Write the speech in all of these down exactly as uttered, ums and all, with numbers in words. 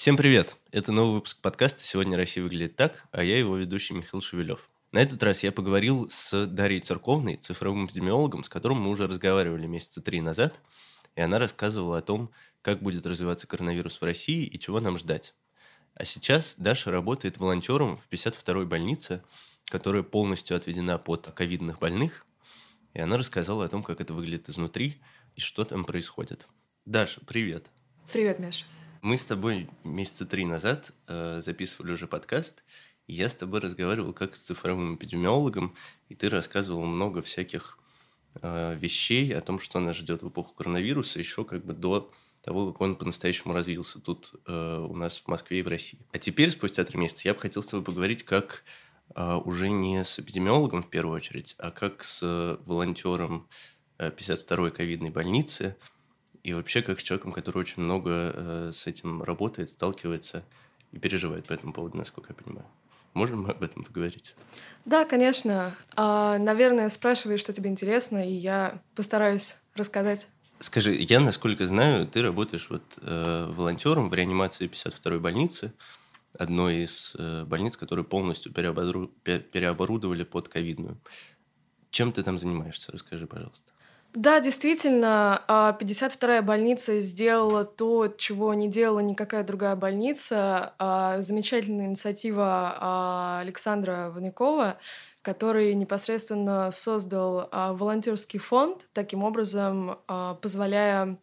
Всем привет! Это новый выпуск подкаста «Сегодня Россия выглядит так», а я его ведущий Михаил Шевелев. На этот раз я поговорил с Дарьей Церковной, цифровым эпидемиологом, с которым мы уже разговаривали месяца три назад, и она рассказывала о том, как будет развиваться коронавирус в России и чего нам ждать. А сейчас Даша работает волонтером в пятьдесят второй больнице, которая полностью отведена под ковидных больных, и она рассказала о том, как это выглядит изнутри и что там происходит. Даша, привет! Привет, Миш. Мы с тобой месяца три назад э, записывали уже подкаст, и я с тобой разговаривал как с цифровым эпидемиологом, и ты рассказывал много всяких э, вещей о том, что нас ждет в эпоху коронавируса, еще как бы до того, как он по-настоящему развился тут э, у нас в Москве и в России. А теперь, спустя три месяца, я бы хотел с тобой поговорить как э, уже не с эпидемиологом в первую очередь, а как с волонтером э, пятьдесят второй ковидной больницы, и вообще как с человеком, который очень много э, с этим работает, сталкивается и переживает по этому поводу, насколько я понимаю. Можем мы об этом поговорить? Да, конечно. А, наверное, спрашивай, что тебе интересно, и я постараюсь рассказать. Скажи, я, насколько знаю, ты работаешь вот, э, волонтером в реанимации пятьдесят второй больницы, одной из э, больниц, которые полностью переобору... переоборудовали под ковидную. Чем ты там занимаешься? Расскажи, пожалуйста. Да, действительно, пятьдесят вторая больница сделала то, чего не делала никакая другая больница. Замечательная инициатива Александра Ванякова, который непосредственно создал волонтерский фонд, таким образом позволяя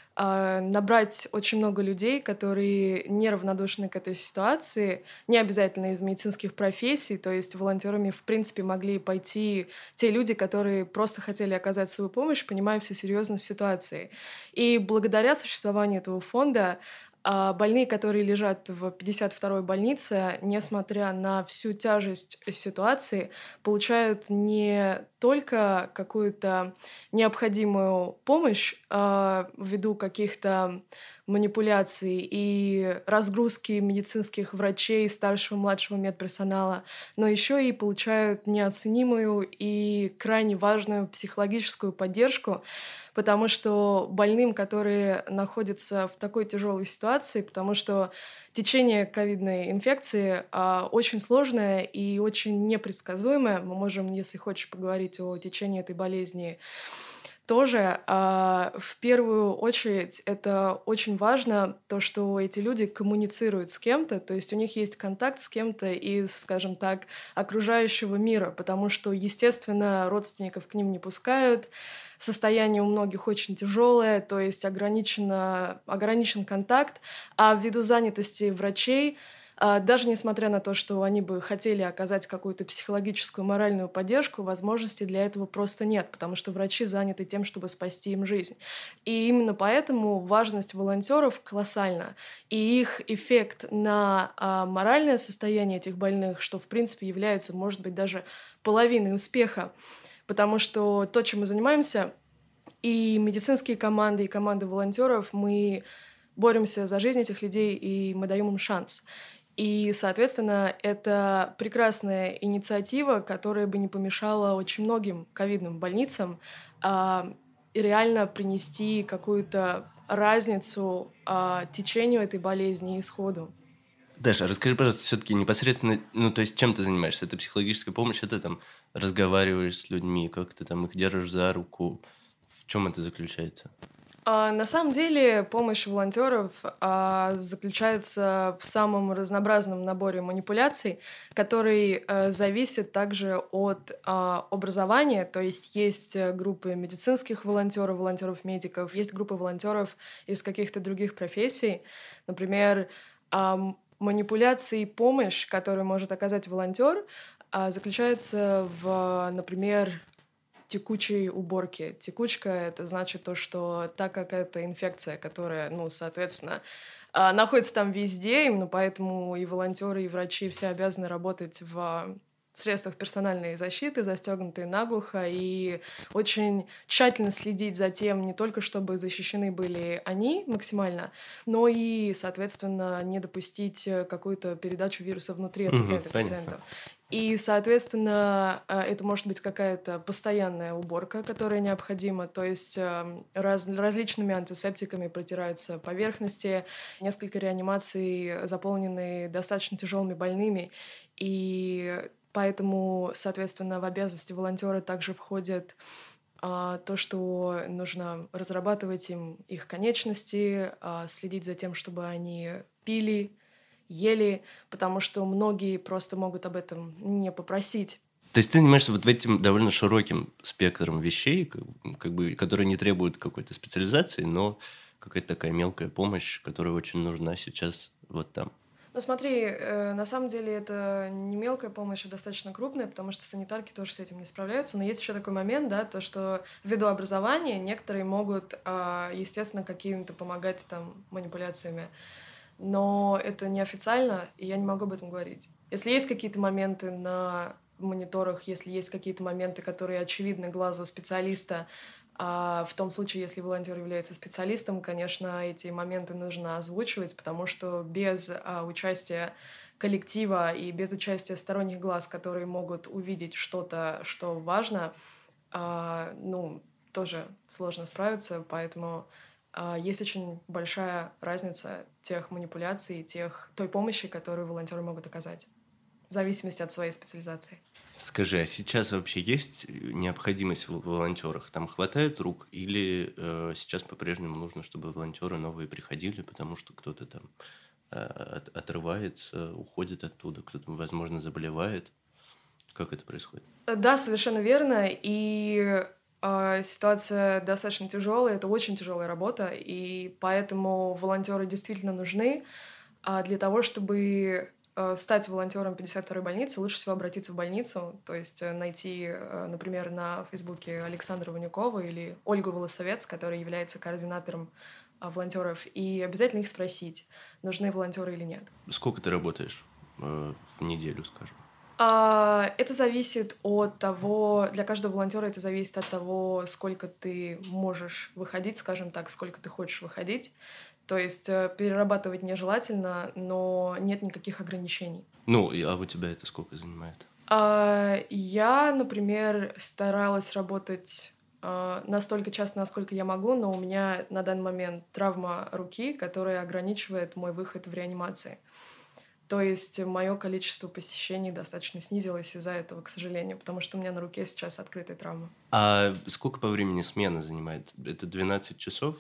набрать очень много людей, которые неравнодушны к этой ситуации, не обязательно из медицинских профессий, то есть волонтерами в принципе могли пойти те люди, которые просто хотели оказать свою помощь, понимая всю серьезность ситуации. И благодаря существованию этого фонда больные, которые лежат в пятьдесят второй больнице, несмотря на всю тяжесть ситуации, получают не только какую-то необходимую помощь а, ввиду каких-то манипуляций и разгрузки медицинских врачей, старшего и младшего медперсонала, но еще и получают неоценимую и крайне важную психологическую поддержку, потому что больным, которые находятся в такой тяжелой ситуации, потому что течение ковидной инфекции а, очень сложное и очень непредсказуемое. Мы можем, если хочешь, поговорить о течении этой болезни тоже. А, в первую очередь это очень важно, то, что эти люди коммуницируют с кем-то, то есть у них есть контакт с кем-то из, скажем так, окружающего мира, потому что, естественно, родственников к ним не пускают, состояние у многих очень тяжелое, то есть ограничено, ограничен контакт, а ввиду занятости врачей, даже несмотря на то, что они бы хотели оказать какую-то психологическую, моральную поддержку, возможности для этого просто нет, потому что врачи заняты тем, чтобы спасти им жизнь. И именно поэтому важность волонтеров колоссальна. И их эффект на а, моральное состояние этих больных, что, в принципе, является, может быть, даже половиной успеха, потому что то, чем мы занимаемся, и медицинские команды, и команды волонтеров, мы боремся за жизнь этих людей, и мы даем им шанс. И, соответственно, это прекрасная инициатива, которая бы не помешала очень многим ковидным больницам а, реально принести какую-то разницу а, течению этой болезни и исходу. Даша, расскажи, пожалуйста, все-таки непосредственно, ну, то есть, чем ты занимаешься? Это психологическая помощь, это там разговариваешь с людьми, как ты там их держишь за руку? В чем это заключается? А, на самом деле помощь волонтеров а, заключается в самом разнообразном наборе манипуляций, который а, зависит также от а, образования, то есть есть группы медицинских волонтеров, волонтеров-медиков, есть группы волонтеров из каких-то других профессий, например, а, манипуляции и помощь, которую может оказать волонтер, а, заключается в, например, текучей уборки. Текучка — это значит то, что так как это инфекция, которая, ну, соответственно, а, находится там везде, именно поэтому и волонтеры, и врачи все обязаны работать в средствах персональной защиты, застегнутые наглухо, и очень тщательно следить за тем, не только чтобы защищены были они максимально, но и, соответственно, не допустить какую-то передачу вируса внутри от Угу, пациента понятно. пациентов. И, соответственно, э, это может быть какая-то постоянная уборка, которая необходима. То есть э, раз, различными антисептиками протираются поверхности, несколько реанимаций заполнены достаточно тяжелыми больными. И поэтому, соответственно, в обязанности волонтера также входит а, то, что нужно разрабатывать им их конечности, а, следить за тем, чтобы они пили, ели, потому что многие просто могут об этом не попросить. То есть ты занимаешься вот этим довольно широким спектром вещей, как, как бы, которые не требуют какой-то специализации, но какая-то такая мелкая помощь, которая очень нужна сейчас вот там. Ну смотри, э, на самом деле это не мелкая помощь, а достаточно крупная, потому что санитарки тоже с этим не справляются. Но есть еще такой момент, да, то, что ввиду образования некоторые могут, а, естественно, какими-то помогать там манипуляциями. Но это неофициально, и я не могу об этом говорить. Если есть какие-то моменты на мониторах, если есть какие-то моменты, которые очевидны глазу специалиста, а в том случае, если волонтер является специалистом, конечно, эти моменты нужно озвучивать, потому что без а, участия коллектива и без участия сторонних глаз, которые могут увидеть что-то, что важно, а, ну, тоже сложно справиться, поэтому а, есть очень большая разница тех манипуляций, тех, той помощи, которую волонтеры могут оказать, в зависимости от своей специализации. Скажи, а сейчас вообще есть необходимость в волонтерах? Там хватает рук или э, сейчас по-прежнему нужно, чтобы волонтеры новые приходили, потому что кто-то там э, от, отрывается, уходит оттуда, кто-то, возможно, заболевает? Как это происходит? Да, совершенно верно. И э, ситуация достаточно тяжелая, это очень тяжелая работа, и поэтому волонтеры действительно нужны. А для того, чтобы э, стать волонтером пятьдесят второй больницы, лучше всего обратиться в больницу, то есть э, найти, э, например, на Фейсбуке Александра Ванюкова или Ольгу Волосовец, которая является координатором э, волонтеров, и обязательно их спросить, нужны волонтеры или нет. Сколько ты работаешь э, в неделю, скажем? А, Это зависит от того, для каждого волонтера это зависит от того, сколько ты можешь выходить, скажем так, сколько ты хочешь выходить. То есть э, перерабатывать нежелательно, но нет никаких ограничений. Ну, и- а у тебя это сколько занимает? А, Я, например, старалась работать а, настолько часто, насколько я могу, но у меня на данный момент травма руки, которая ограничивает мой выход в реанимации. То есть мое количество посещений достаточно снизилось из-за этого, к сожалению, потому что у меня на руке сейчас открытая травма. А сколько по времени смена занимает? Это двенадцать часов?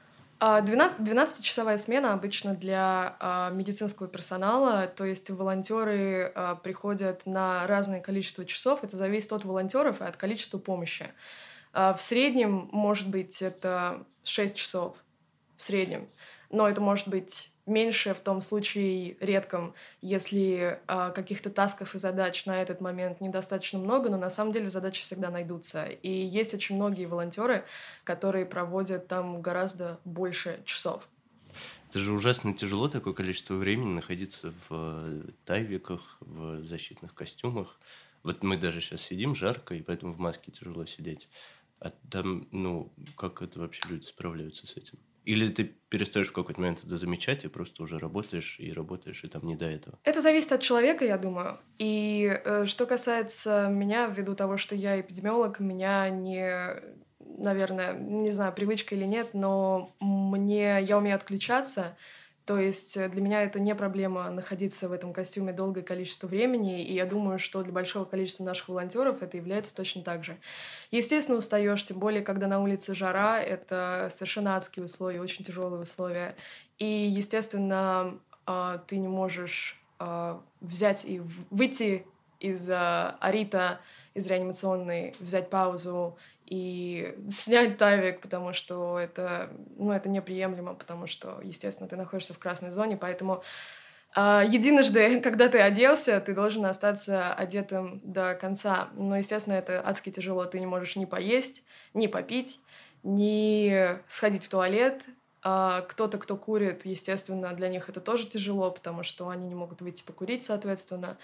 А, двенадцать двенадцатичасовая смена обычно для а, медицинского персонала, то есть волонтеры а, приходят на разное количество часов, это зависит от волонтеров и от количества помощи. А, в среднем, может быть, это шесть часов, в среднем, но это может быть меньше в том случае редком, если а, каких-то тасков и задач на этот момент недостаточно много, но на самом деле задачи всегда найдутся. И есть очень многие волонтеры, которые проводят там гораздо больше часов. Это же ужасно тяжело такое количество времени находиться в э, тайвиках, в защитных костюмах. Вот мы даже сейчас сидим, жарко, и поэтому в маске тяжело сидеть. А там, ну, как это вообще люди справляются с этим? Или ты перестаешь в какой-то момент это замечать, и просто уже работаешь и работаешь, и там не до этого? Это зависит от человека, я думаю. И э, что касается меня, ввиду того, что я эпидемиолог, меня не, наверное, не знаю, привычка или нет, но мне, я умею отключаться. То есть э, для меня это не проблема находиться в этом костюме долгое количество времени, и я думаю, что для большого количества наших волонтеров это является точно так же. Естественно, устаешь, тем более, когда на улице жара, это совершенно адские условия, очень тяжелые условия. И, естественно, а, ты не можешь а, взять и в- выйти из а, Арита, из реанимационной, взять паузу и снять тавик, потому что это, ну, это неприемлемо, потому что, естественно, ты находишься в красной зоне, поэтому а, единожды, когда ты оделся, ты должен остаться одетым до конца. Но, естественно, это адски тяжело. Ты не можешь ни поесть, ни попить, ни сходить в туалет. А кто-то, кто курит, естественно, для них это тоже тяжело, потому что они не могут выйти покурить, соответственно.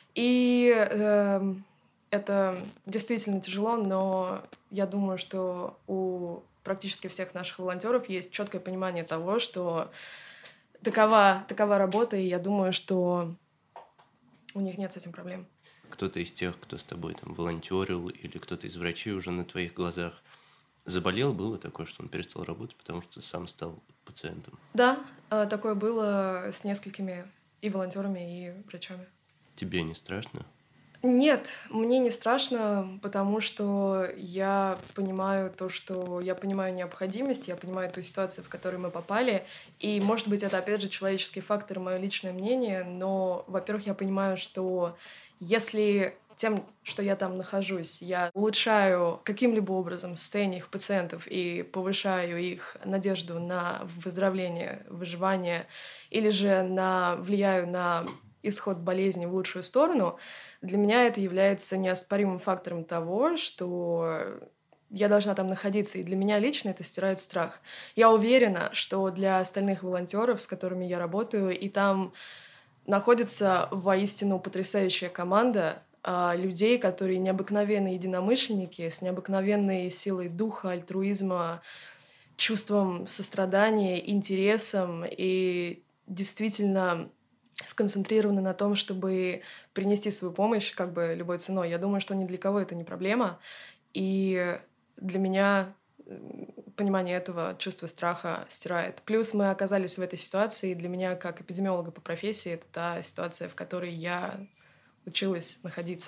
И эм, это действительно тяжело, но я думаю, что у практически всех наших волонтеров есть четкое понимание того, что такова, такова работа, и я думаю, что у них нет с этим проблем. кто-то из тех, кто с тобой там волонтерил, или кто-то из врачей уже на твоих глазах заболел, было такое, что он перестал работать, потому что сам стал пациентом? Да, а, такое было с несколькими и волонтерами, и врачами. Тебе не страшно? Нет, мне не страшно, потому что я понимаю то, что я понимаю необходимость, я понимаю ту ситуацию, в которую мы попали. И, может быть, это, опять же, человеческий фактор, мое личное мнение, но, во-первых, я понимаю, что если тем, что я там нахожусь, я улучшаю каким-либо образом состояние их пациентов и повышаю их надежду на выздоровление, выживание, или же на, влияю на исход болезни в лучшую сторону, для меня это является неоспоримым фактором того, что я должна там находиться, и для меня лично это стирает страх. Я уверена, что для остальных волонтеров, с которыми я работаю, и там находится воистину потрясающая команда а, людей, которые необыкновенные единомышленники, с необыкновенной силой духа, альтруизма, чувством сострадания, интересом и действительно сконцентрированы на том, чтобы принести свою помощь как бы любой ценой. Я думаю, что ни для кого это не проблема. И для меня понимание этого чувства страха стирает. Плюс мы оказались в этой ситуации, и для меня, как эпидемиолога по профессии, это та ситуация, в которой я училась находиться.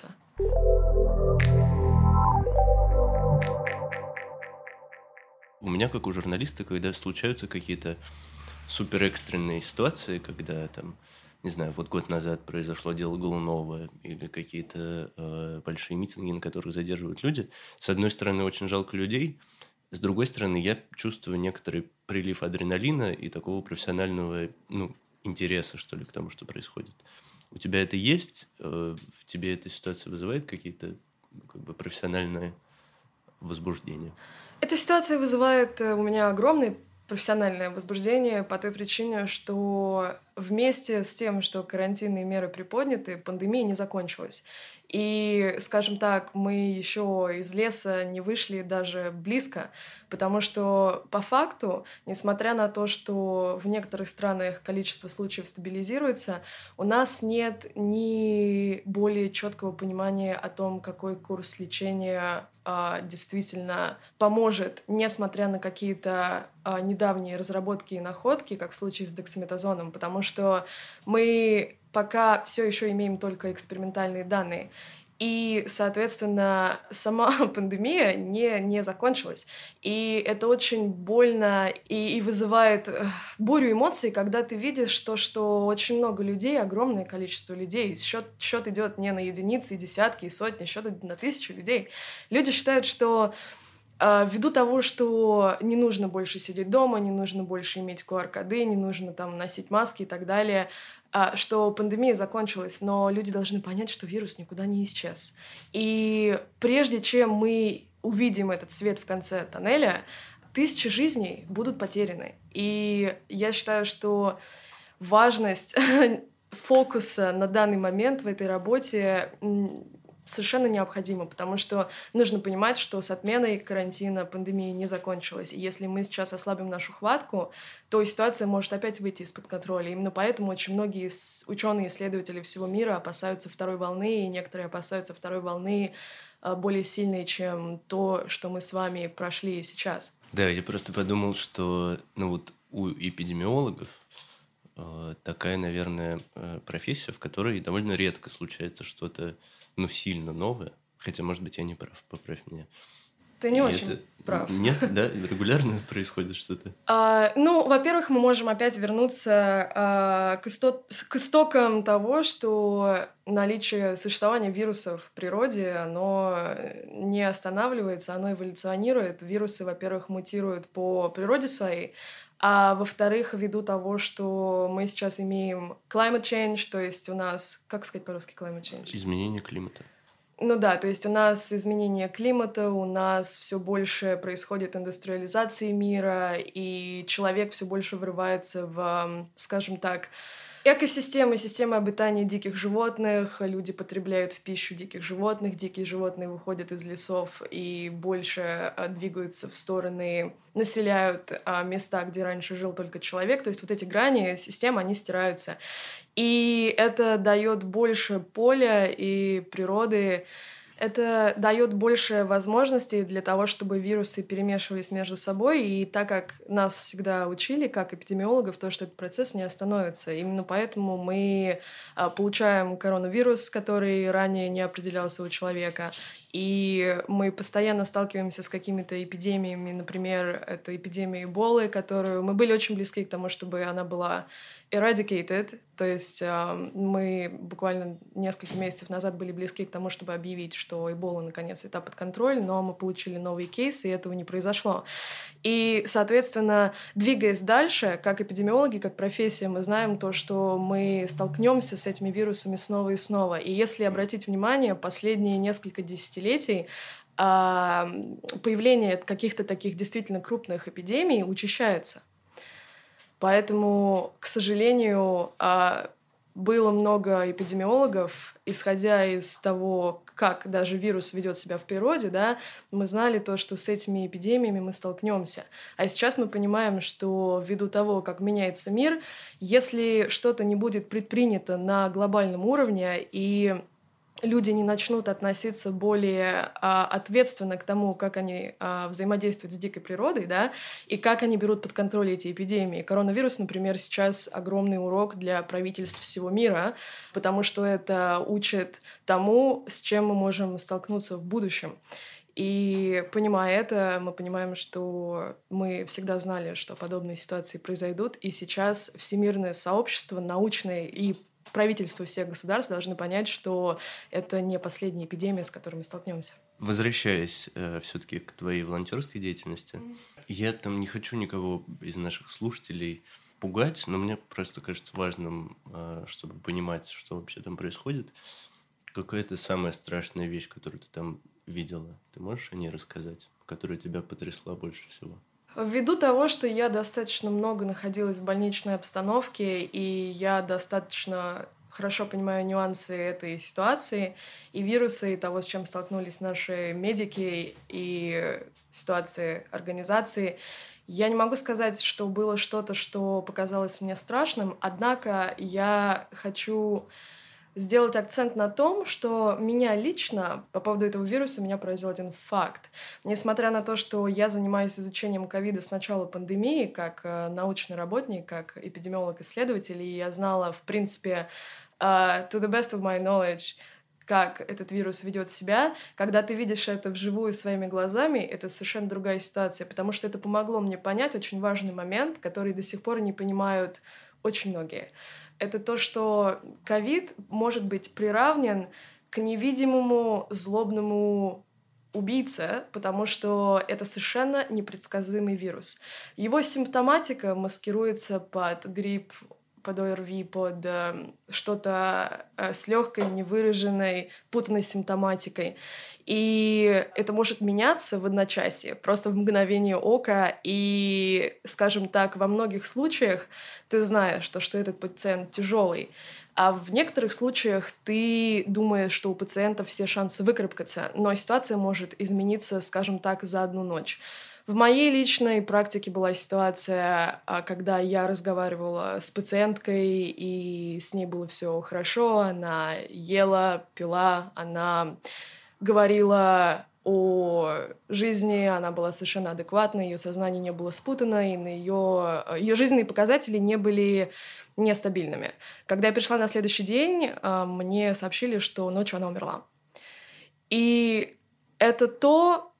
У меня, как у журналиста, когда случаются какие-то суперэкстренные ситуации, когда там, не знаю, вот год назад произошло дело Голунова или какие-то э, большие митинги, на которых задерживают люди, с одной стороны, очень жалко людей, с другой стороны, я чувствую некоторый прилив адреналина и такого профессионального, ну, интереса, что ли, к тому, что происходит. У тебя это есть? Э, в тебе эта ситуация вызывает какие-то, ну, как бы профессиональные возбуждения? Эта ситуация вызывает у меня огромное профессиональное возбуждение по той причине, что вместе с тем, что карантинные меры приподняты, пандемия не закончилась. И, скажем так, мы еще из леса не вышли даже близко, потому что по факту, несмотря на то, что в некоторых странах количество случаев стабилизируется, у нас нет ни более четкого понимания о том, какой курс лечения а, действительно поможет, несмотря на какие-то а, недавние разработки и находки, как в случае с дексаметазоном, потому что мы пока все еще имеем только экспериментальные данные. И, соответственно, сама пандемия не, не закончилась. И это очень больно и, и вызывает э, бурю эмоций, когда ты видишь то, что очень много людей, огромное количество людей, счет, счет идет не на единицы, и десятки, и сотни, счет идет на тысячи людей. Люди считают, что э, ввиду того, что не нужно больше сидеть дома, не нужно больше иметь ку ар-коды, не нужно там носить маски и так далее, а, что пандемия закончилась, но люди должны понять, что вирус никуда не исчез. И прежде чем мы увидим этот свет в конце тоннеля, тысячи жизней будут потеряны. И я считаю, что важность фокуса на данный момент в этой работе совершенно необходимо, потому что нужно понимать, что с отменой карантина пандемия не закончилась. И если мы сейчас ослабим нашу хватку, то ситуация может опять выйти из-под контроля. Именно поэтому очень многие ученые, исследователи всего мира опасаются второй волны, и некоторые опасаются второй волны более сильной, чем то, что мы с вами прошли сейчас. Да, я просто подумал, что ну вот у эпидемиологов э, такая, наверное, э, профессия, в которой довольно редко случается что-то ну, сильно новое. Хотя, может быть, я не прав, поправь меня. Ты не И очень это... прав. Нет, да? Регулярно происходит что-то? А, ну, во-первых, мы можем опять вернуться а, к, исто... к истокам того, что наличие существования вирусов в природе, оно не останавливается, оно эволюционирует. Вирусы, во-первых, мутируют по природе своей, а во-вторых, ввиду того, что мы сейчас имеем climate change, то есть у нас... Как сказать по-русски climate change? Изменение климата. Ну да, то есть у нас изменение климата, у нас все больше происходит индустриализации мира, и человек все больше врывается в, скажем так, Экосистемы, системы обитания диких животных, люди потребляют в пищу диких животных, дикие животные выходят из лесов и больше а, двигаются в стороны, населяют а, места, где раньше жил только человек. То есть вот эти грани системы, они стираются. И это дает больше поля и природы. Это дает больше возможностей для того, чтобы вирусы перемешивались между собой. И так как нас всегда учили, как эпидемиологов, то, что этот процесс не остановится. Именно поэтому мы а, получаем коронавирус, который ранее не определялся у человека. И мы постоянно сталкиваемся с какими-то эпидемиями. Например, это эпидемия Эболы, которую мы были очень близки к тому, чтобы она была eradicated, то есть э, мы буквально несколько месяцев назад были близки к тому, чтобы объявить, что Эбола наконец взята под контроль, но мы получили новый кейс, и этого не произошло. И, соответственно, двигаясь дальше, как эпидемиологи, как профессия, мы знаем то, что мы столкнемся с этими вирусами снова и снова. И если обратить внимание, последние несколько десятилетий э, появление каких-то таких действительно крупных эпидемий учащается. Поэтому, к сожалению, было много эпидемиологов, исходя из того, как даже вирус ведет себя в природе, да, мы знали то, что с этими эпидемиями мы столкнемся. А сейчас мы понимаем, что ввиду того, как меняется мир, если что-то не будет предпринято на глобальном уровне и люди не начнут относиться более а, ответственно к тому, как они а, взаимодействуют с дикой природой, да, и как они берут под контроль эти эпидемии. Коронавирус, например, сейчас огромный урок для правительств всего мира, потому что это учит тому, с чем мы можем столкнуться в будущем. И понимая это, мы понимаем, что мы всегда знали, что подобные ситуации произойдут, и сейчас всемирное сообщество научное и правительства всех государств должны понять, что это не последняя эпидемия, с которой мы столкнемся. Возвращаясь э, все-таки к твоей волонтерской деятельности, mm. я там не хочу никого из наших слушателей пугать, но мне просто кажется важным, э, чтобы понимать, что вообще там происходит. Какая-то самая страшная вещь, которую ты там видела? Ты можешь о ней рассказать, которая тебя потрясла больше всего? Ввиду того, что я достаточно много находилась в больничной обстановке, и я достаточно хорошо понимаю нюансы этой ситуации, и вирусы, и того, с чем столкнулись наши медики, и ситуации организации, я не могу сказать, что было что-то, что показалось мне страшным, однако я хочу сделать акцент на том, что меня лично, по поводу этого вируса, меня поразил один факт. Несмотря на то, что я занимаюсь изучением ковида с начала пандемии, как э, научный работник, как эпидемиолог-исследователь, и я знала, в принципе, uh, to the best of my knowledge, как этот вирус ведет себя, когда ты видишь это вживую своими глазами, это совершенно другая ситуация, потому что это помогло мне понять очень важный момент, который до сих пор не понимают очень многие. Это то, что ковид может быть приравнен к невидимому злобному убийце, потому что это совершенно непредсказуемый вирус. Его симптоматика маскируется под грипп, под ОРВИ, под э, что-то э, с легкой, невыраженной, путанной симптоматикой. И это может меняться в одночасье, просто в мгновение ока. И, скажем так, во многих случаях ты знаешь, что, что этот пациент тяжелый, а в некоторых случаях ты думаешь, что у пациента все шансы выкарабкаться, но ситуация может измениться, скажем так, за одну ночь. В моей личной практике была ситуация, когда я разговаривала с пациенткой, и с ней было все хорошо, она ела, пила, она говорила о жизни, она была совершенно адекватна, ее сознание не было спутано, и на ее, ее жизненные показатели не были нестабильными. Когда я пришла на следующий день, мне сообщили, что ночью она умерла. И это то,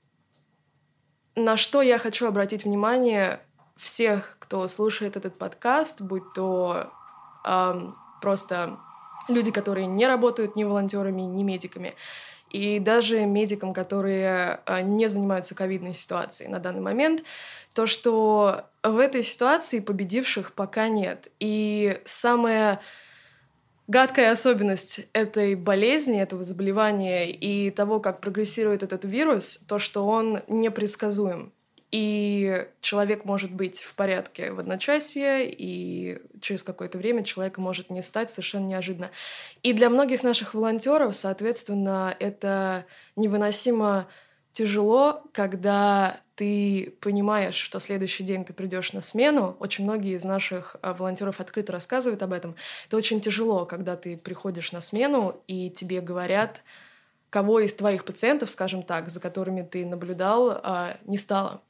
на что я хочу обратить внимание всех, кто слушает этот подкаст, будь то эм, просто люди, которые не работают ни волонтерами, ни медиками, и даже медикам, которые э, не занимаются ковидной ситуацией на данный момент, то, что в этой ситуации победивших пока нет. И самое гадкая особенность этой болезни, этого заболевания и того, как прогрессирует этот вирус, то, что он непредсказуем. И человек может быть в порядке в одночасье, и через какое-то время человека может не стать совершенно неожиданно. И для многих наших волонтеров, соответственно, это невыносимо тяжело, когда ты понимаешь, что следующий день ты придешь на смену. Очень многие из наших а, волонтеров открыто рассказывают об этом. Это очень тяжело, когда ты приходишь на смену, и тебе говорят, кого из твоих пациентов, скажем так, за которыми ты наблюдал, а, не стало.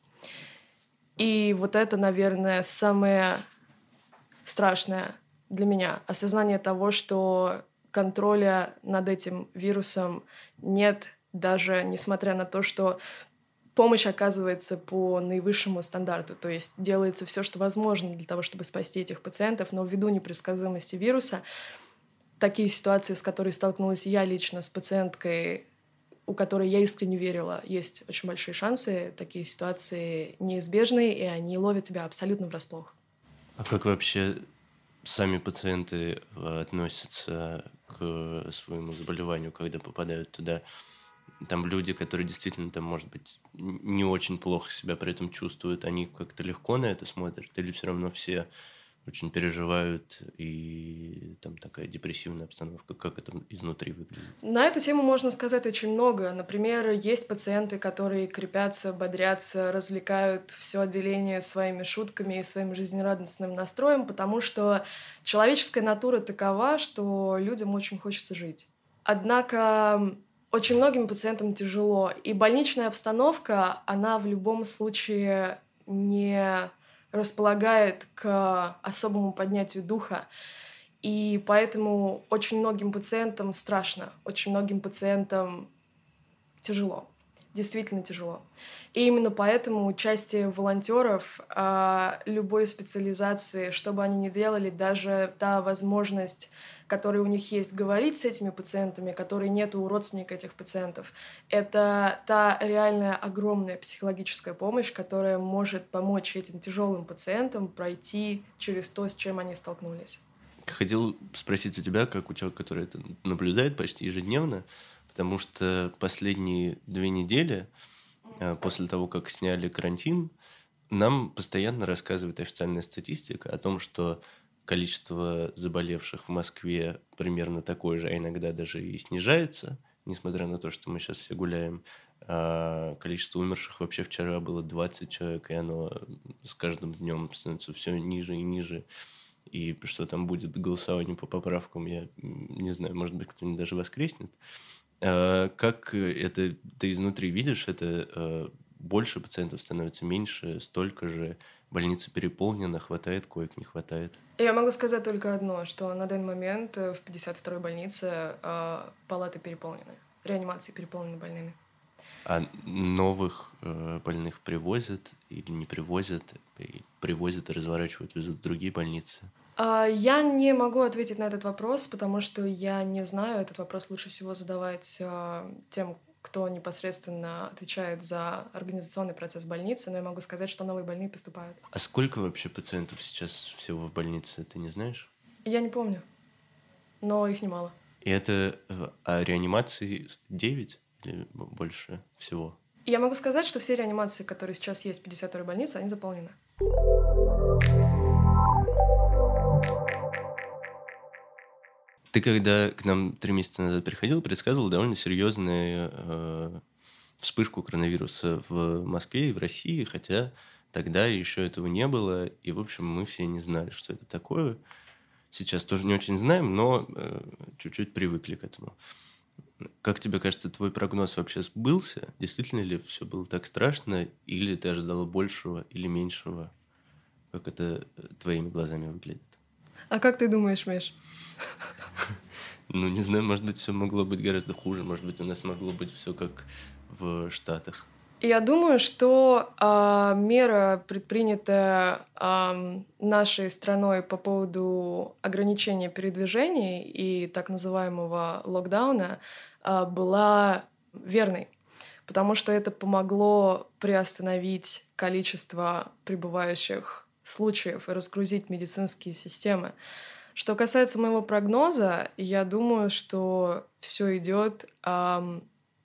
И вот это, наверное, самое страшное для меня. Осознание того, что контроля над этим вирусом нет, даже несмотря на то, что помощь оказывается по наивысшему стандарту. То есть делается все, что возможно для того, чтобы спасти этих пациентов, но ввиду непредсказуемости вируса, такие ситуации, с которыми столкнулась я лично с пациенткой, у которой я искренне верила, есть очень большие шансы, такие ситуации неизбежны, и они ловят тебя абсолютно врасплох. А как вообще сами пациенты э, относятся к своему заболеванию, когда попадают туда? Там люди, которые действительно, там, может быть, н- не очень плохо себя при этом чувствуют, они как-то легко на это смотрят, или все равно все очень переживают, и там такая депрессивная обстановка? Как это изнутри выглядит? На эту тему можно сказать очень много. Например, есть пациенты, которые крепятся, бодрятся, развлекают все отделение своими шутками и своим жизнерадостным настроем, потому что человеческая натура такова, что людям очень хочется жить. Однако очень многим пациентам тяжело, и больничная обстановка, она в любом случае не располагает к особому поднятию духа. И поэтому очень многим пациентам страшно, очень многим пациентам тяжело, действительно тяжело. И именно поэтому участие волонтеров а, любой специализации, что бы они ни делали, даже та возможность, которая у них есть, говорить с этими пациентами, которой нет у родственника этих пациентов, это та реальная огромная психологическая помощь, которая может помочь этим тяжелым пациентам пройти через то, с чем они столкнулись. Хотел спросить у тебя, как у человека, который это наблюдает почти ежедневно, потому что последние две недели, э, после того, как сняли карантин, нам постоянно рассказывает официальная статистика о том, что количество заболевших в Москве примерно такое же, а иногда даже и снижается, несмотря на то, что мы сейчас все гуляем. А количество умерших вообще вчера было двадцать человек, и оно с каждым днем становится все ниже и ниже. И что там будет голосование по поправкам, я не знаю, может быть, кто-нибудь даже воскреснет. А как это ты изнутри видишь? Это э, больше пациентов становится, меньше, столько же, больница переполнена, хватает коек, не хватает? Я могу сказать только одно, что на данный момент э, в пятьдесят второй больнице э, палаты переполнены, реанимации переполнены больными. А новых э, больных привозят или не привозят? И привозят и разворачивают, везут в другие больницы? А, Я не могу ответить на этот вопрос, потому что я не знаю. Этот вопрос лучше всего задавать э, тем, кто непосредственно отвечает за организационный процесс больницы, но я могу сказать, что новые больные поступают. А сколько вообще пациентов сейчас всего в больнице, ты не знаешь? Я не помню, но их немало. И это э, а реанимации девять или б- больше всего? Я могу сказать, что все реанимации, которые сейчас есть в пятьдесят второй больнице, они заполнены. Ты когда к нам три месяца назад приходил, предсказывал довольно серьезную э, вспышку коронавируса в Москве и в России, хотя тогда еще этого не было, и, в общем, мы все не знали, что это такое. Сейчас тоже не очень знаем, но э, чуть-чуть привыкли к этому. Как тебе кажется, твой прогноз вообще сбылся? Действительно ли все было так страшно, или ты ожидала большего или меньшего? Как это э, твоими глазами выглядит? А как ты думаешь, Миш? Ну, не знаю, может быть, все могло быть гораздо хуже. Может быть, у нас могло быть все как в Штатах. Я думаю, что а, мера, предпринятая ам, нашей страной по поводу ограничения передвижений и так называемого локдауна, а, была верной, потому что это помогло приостановить количество прибывающих случаев и разгрузить медицинские системы. Что касается моего прогноза, я думаю, что все идет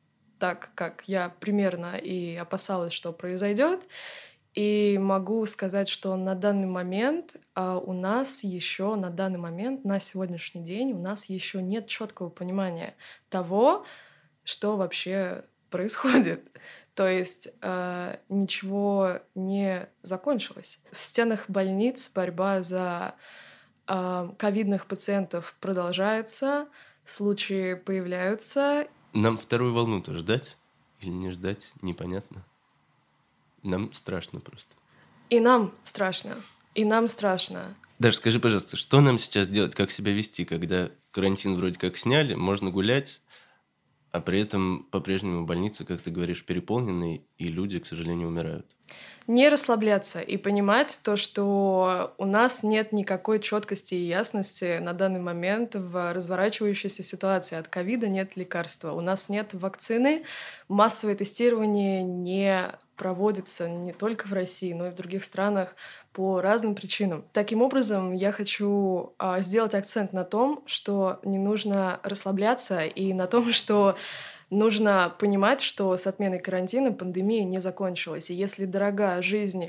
так, как я примерно и опасалась, что произойдет. И могу сказать, что на данный момент а, у нас еще, на данный момент, на сегодняшний день, у нас еще нет четкого понимания того, что вообще происходит. То есть э, ничего не закончилось. В стенах больниц борьба за э, ковидных пациентов продолжается, случаи появляются. Нам вторую волну-то ждать или не ждать, непонятно. Нам страшно просто. И нам страшно. И нам страшно. Даже скажи, пожалуйста, что нам сейчас делать, как себя вести, когда карантин вроде как сняли, можно гулять, а при этом по-прежнему больницы, как ты говоришь, переполнены, и люди, к сожалению, умирают? Не расслабляться и понимать то, что у нас нет никакой четкости и ясности на данный момент в разворачивающейся ситуации. От ковида нет лекарства, у нас нет вакцины, массовое тестирование не проводится не только в России, но и в других странах по разным причинам. Таким образом, я хочу а, сделать акцент на том, что не нужно расслабляться, и на том, что нужно понимать, что с отменой карантина пандемия не закончилась. И если дорога жизнь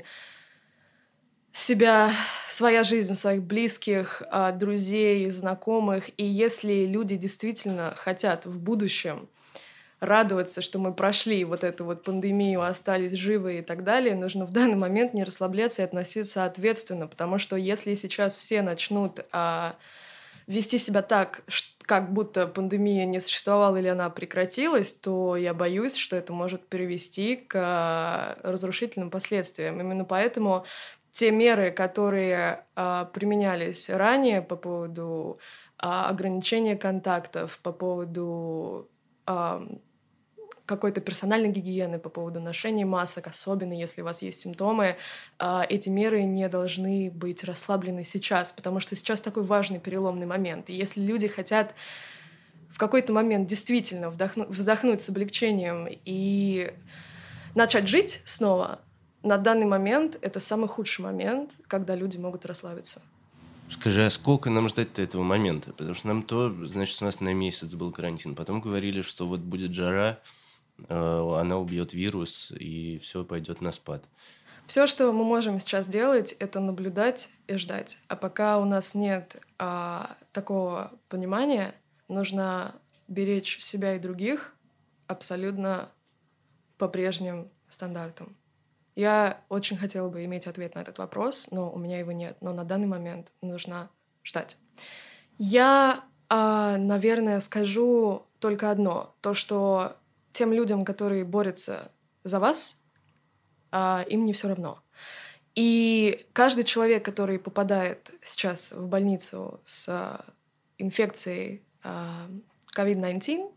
себя, своя жизнь своих близких, а, друзей, знакомых, и если люди действительно хотят в будущем радоваться, что мы прошли вот эту вот пандемию, остались живы и так далее, нужно в данный момент не расслабляться и относиться ответственно, потому что если сейчас все начнут а, вести себя так, как будто пандемия не существовала или она прекратилась, то я боюсь, что это может привести к разрушительным последствиям. Именно поэтому те меры, которые а, применялись ранее по поводу а, ограничения контактов, по поводу а, какой-то персональной гигиены, по поводу ношения масок, особенно если у вас есть симптомы, эти меры не должны быть расслаблены сейчас, потому что сейчас такой важный переломный момент. И если люди хотят в какой-то момент действительно вдохну- вздохнуть с облегчением и начать жить снова, на данный момент это самый худший момент, когда люди могут расслабиться. Скажи, а сколько нам ждать этого момента? Потому что нам то, значит, у нас на месяц был карантин. Потом говорили, что вот будет жара, она убьет вирус, и все пойдет на спад. Все, что мы можем сейчас делать, это наблюдать и ждать. А пока у нас нет а, такого понимания, нужно беречь себя и других абсолютно по прежним стандартам. Я очень хотела бы иметь ответ на этот вопрос, но у меня его нет. Но на данный момент нужно ждать. Я, а, наверное, скажу только одно. То, что тем людям, которые борются за вас, им не все равно. И каждый человек, который попадает сейчас в больницу с инфекцией ковид девятнадцать,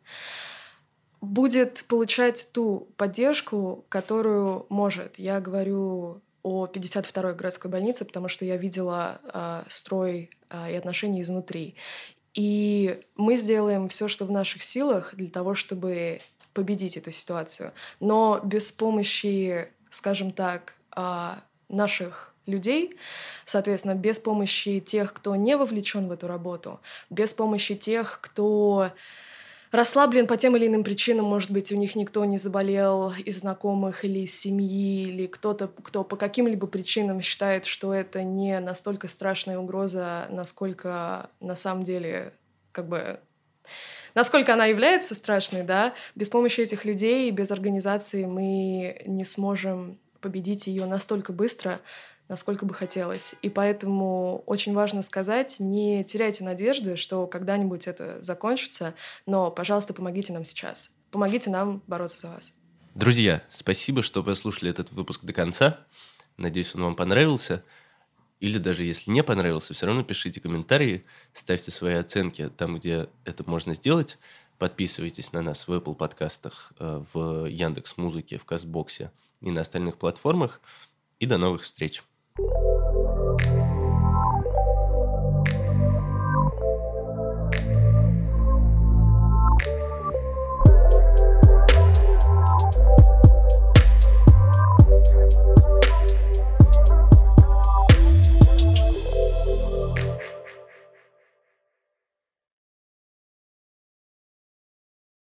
будет получать ту поддержку, которую может. Я говорю о пятьдесят второй городской больнице, потому что я видела строй и отношения изнутри. И мы сделаем все, что в наших силах для того, чтобы победить эту ситуацию. Но без помощи, скажем так, наших людей, соответственно, без помощи тех, кто не вовлечен в эту работу, без помощи тех, кто расслаблен по тем или иным причинам, может быть, у них никто не заболел из знакомых или из семьи, или кто-то, кто по каким-либо причинам считает, что это не настолько страшная угроза, насколько на самом деле, как бы, насколько она является страшной, да, без помощи этих людей, без организации мы не сможем победить ее настолько быстро, насколько бы хотелось. И поэтому очень важно сказать, не теряйте надежды, что когда-нибудь это закончится, но, пожалуйста, помогите нам сейчас. Помогите нам бороться за вас. Друзья, спасибо, что послушали этот выпуск до конца. Надеюсь, он вам понравился. Или даже если не понравился, все равно пишите комментарии, ставьте свои оценки там, где это можно сделать. Подписывайтесь на нас в Apple подкастах, в Яндекс.Музыке, в Кастбоксе и на остальных платформах. И до новых встреч!